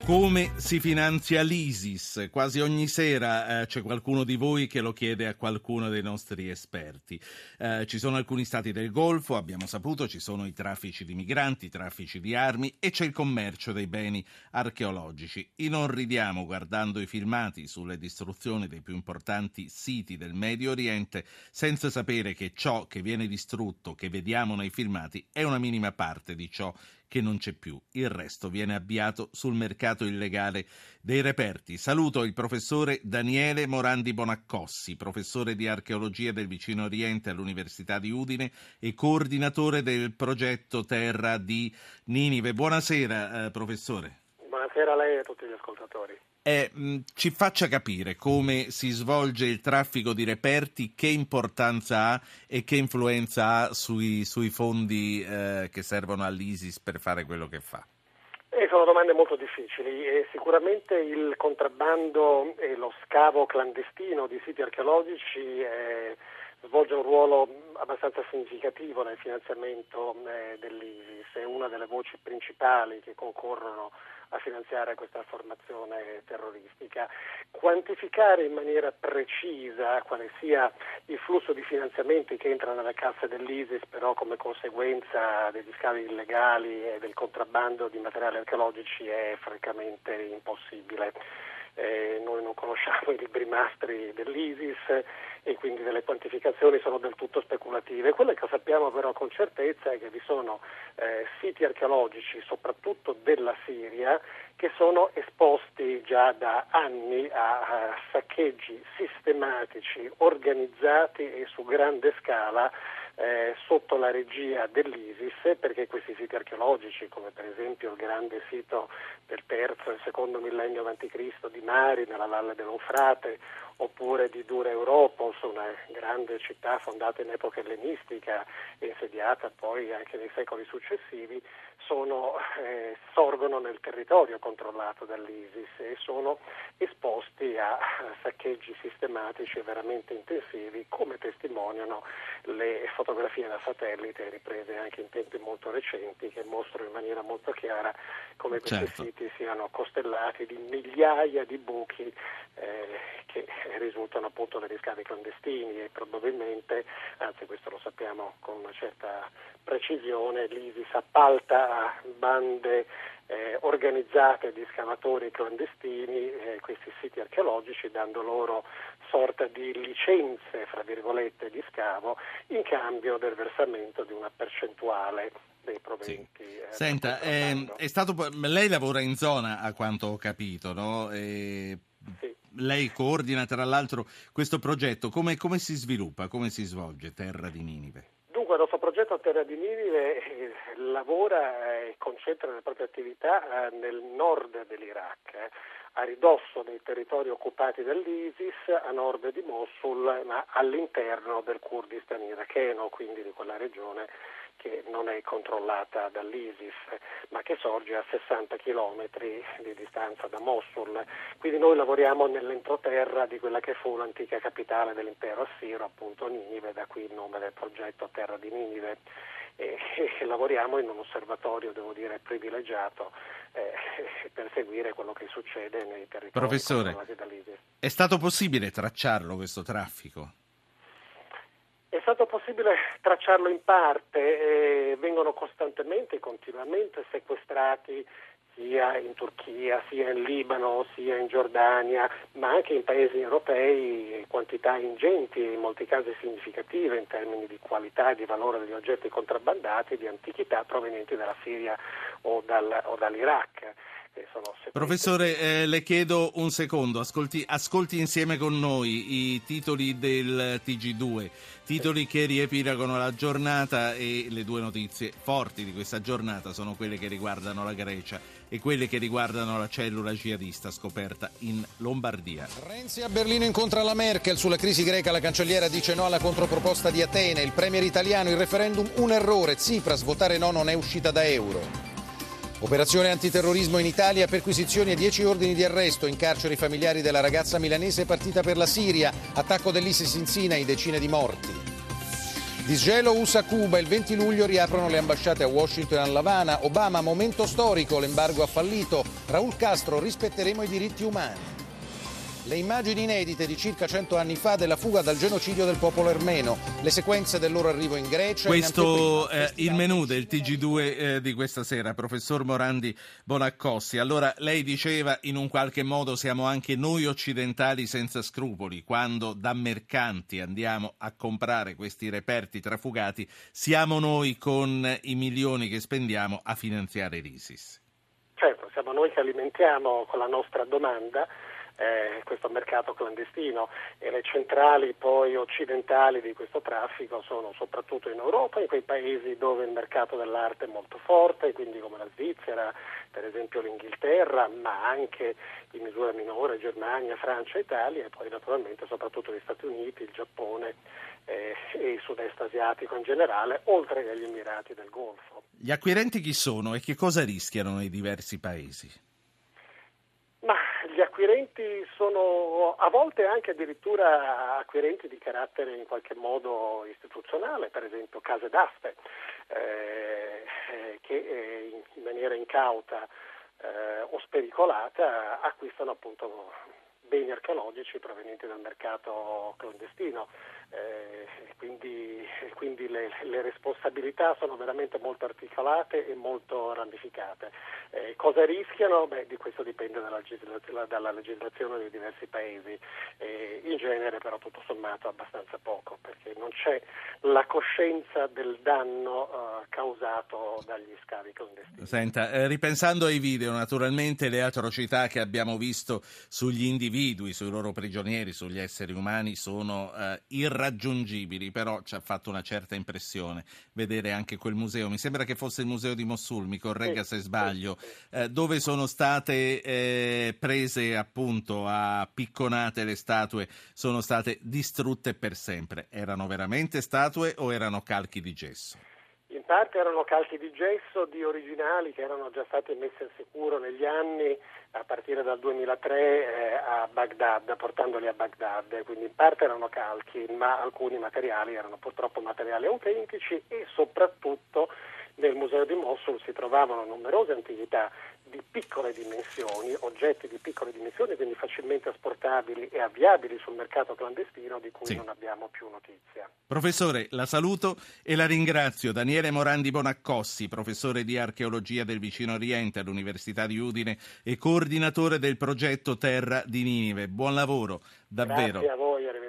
Come si finanzia l'ISIS? Quasi ogni sera c'è qualcuno di voi che lo chiede a qualcuno dei nostri esperti. Ci sono alcuni stati del Golfo, abbiamo saputo, ci sono i traffici di migranti, i traffici di armi e c'è il commercio dei beni archeologici. Inorridiamo guardando i filmati sulle distruzioni dei più importanti siti del Medio Oriente senza sapere che ciò che viene distrutto, che vediamo nei filmati, è una minima parte di ciò che non c'è più. Il resto viene avviato sul mercato illegale dei reperti. Saluto il professore Daniele Morandi Bonaccossi, professore di archeologia del Vicino Oriente all'Università di Udine e coordinatore del progetto Terra di Ninive. Buonasera, professore. Buonasera a lei e a tutti gli ascoltatori. Ci faccia capire come si svolge il traffico di reperti, che importanza ha e che influenza ha sui fondi che servono all'ISIS per fare quello che fa. Sono domande molto difficili e sicuramente il contrabbando e lo scavo clandestino di siti archeologici svolge un ruolo abbastanza significativo nel finanziamento dell'ISIS. È una delle voci principali che concorrono a finanziare questa formazione terroristica. Quantificare in maniera precisa quale sia il flusso di finanziamenti che entra nelle casse dell'ISIS, però come conseguenza degli scavi illegali e del contrabbando di materiali archeologici, è francamente impossibile. Noi non conosciamo i libri mastri dell'ISIS e quindi delle quantificazioni sono del tutto speculative. Quello che sappiamo però con certezza è che vi sono siti archeologici, soprattutto della Siria, che sono esposti già da anni a saccheggi sistematici, organizzati e su grande scala sotto la regia dell'ISIS, perché questi siti archeologici, come per esempio il grande sito del terzo e secondo millennio a.C. di Mari nella valle dell'Eufrate, oppure di Dura Europos, una grande città fondata in epoca ellenistica e insediata poi anche nei secoli successivi, sorgono nel territorio controllato dall'ISIS e sono esposti a saccheggi sistematici e veramente intensivi, come testimoniano le fotografie da satellite riprese anche in tempi molto recenti, che mostrano in maniera molto chiara come questi siti siano costellati di migliaia di buchi che risultano appunto dagli scavi clandestini e probabilmente, anzi questo lo sappiamo con una certa precisione, l'ISIS appalta a bande organizzate di scavatori clandestini questi siti archeologici, dando loro sorta di licenze, fra virgolette, di scavo in cambio del versamento di una percentuale dei proventi. Sì. Senta, lei lavora in zona, a quanto ho capito, no? Sì. Lei coordina tra l'altro questo progetto. Come si sviluppa, come si svolge Terra di Ninive? Dunque, il nostro progetto Terra di Ninive lavora e concentra le proprie attività nel nord dell'Iraq, a ridosso dei territori occupati dall'ISIS, a nord di Mosul, ma all'interno del Kurdistan iracheno, quindi di quella regione che non è controllata dall'ISIS, ma che sorge a 60 chilometri di distanza da Mosul. Quindi noi lavoriamo nell'entroterra di quella che fu l'antica capitale dell'impero assiro, appunto Ninive, da qui il nome del progetto Terra di Ninive. E lavoriamo in un osservatorio, devo dire, privilegiato per seguire quello che succede nei territori controllati dall'ISIS. È stato possibile tracciarlo questo traffico? È stato possibile tracciarlo in parte, vengono costantemente e continuamente sequestrati sia in Turchia, sia in Libano, sia in Giordania, ma anche in paesi europei quantità ingenti, in molti casi significative in termini di qualità e di valore degli oggetti contrabbandati di antichità provenienti dalla Siria o dall'Iraq. Professore, le chiedo un secondo, ascolti insieme con noi i titoli del TG2, titoli che riepilogano la giornata, e le due notizie forti di questa giornata sono quelle che riguardano la Grecia e quelle che riguardano la cellula jihadista scoperta in Lombardia. Renzi a Berlino incontra la Merkel sulla crisi greca, la cancelliera dice no alla controproposta di Atene, il premier italiano, il referendum un errore, Tsipras, votare no non è uscita da euro. Operazione antiterrorismo in Italia, perquisizioni e 10 ordini di arresto, in carcere i familiari della ragazza milanese partita per la Siria, attacco dell'ISIS in Sinai, decine di morti. Disgelo USA-Cuba, il 20 luglio riaprono le ambasciate a Washington e a L'Avana. Obama, momento storico, l'embargo ha fallito. Raúl Castro, rispetteremo i diritti umani. Le immagini inedite di circa 100 anni fa della fuga dal genocidio del popolo armeno, le sequenze del loro arrivo in Grecia. Questo è il menù del TG2 di questa sera, professor Morandi Bonaccossi. Allora, lei diceva in un qualche modo siamo anche noi occidentali senza scrupoli, quando da mercanti andiamo a comprare questi reperti trafugati, siamo noi con i milioni che spendiamo a finanziare l'ISIS. Certo, siamo noi che alimentiamo con la nostra domanda questo mercato clandestino, e le centrali poi occidentali di questo traffico sono soprattutto in Europa, in quei paesi dove il mercato dell'arte è molto forte, quindi come la Svizzera, per esempio l'Inghilterra, ma anche in misura minore Germania, Francia, Italia, e poi naturalmente soprattutto gli Stati Uniti, il Giappone e il sud-est asiatico in generale, oltre che gli Emirati del Golfo. Gli acquirenti chi sono e che cosa rischiano nei diversi paesi? Ma gli acquirenti sono a volte anche addirittura acquirenti di carattere in qualche modo istituzionale, per esempio case d'aste che in maniera incauta o spericolata acquistano appunto beni archeologici provenienti dal mercato clandestino. Quindi le responsabilità sono veramente molto articolate e molto ramificate. Cosa rischiano? Di questo dipende dalla legislazione dei diversi paesi. In genere però tutto sommato abbastanza poco, perché non c'è la coscienza del danno causato dagli scavi clandestini. Senta, ripensando ai video, naturalmente le atrocità che abbiamo visto sugli individui, sui loro prigionieri, sugli esseri umani sono irraggiungibili, però ci ha fatto una certa impressione vedere anche quel museo, mi sembra che fosse il museo di Mossul, mi corregga se sbaglio, dove sono state prese appunto a picconate le statue, sono state distrutte per sempre. Erano veramente statue o erano calchi di gesso? In parte erano calchi di gesso di originali che erano già stati messi al sicuro negli anni a partire dal 2003 a Baghdad, portandoli a Baghdad, quindi in parte erano calchi, ma alcuni materiali erano purtroppo materiali autentici, e soprattutto nel museo di Mosul si trovavano numerose antichità di piccole dimensioni, oggetti di piccole dimensioni, quindi facilmente asportabili e avviabili sul mercato clandestino, di cui non abbiamo più notizia. Professore, la saluto e la ringrazio. Daniele Morandi Bonaccossi, professore di archeologia del Vicino Oriente all'Università di Udine e coordinatore del progetto Terra di Ninive. Buon lavoro, davvero. Grazie a voi.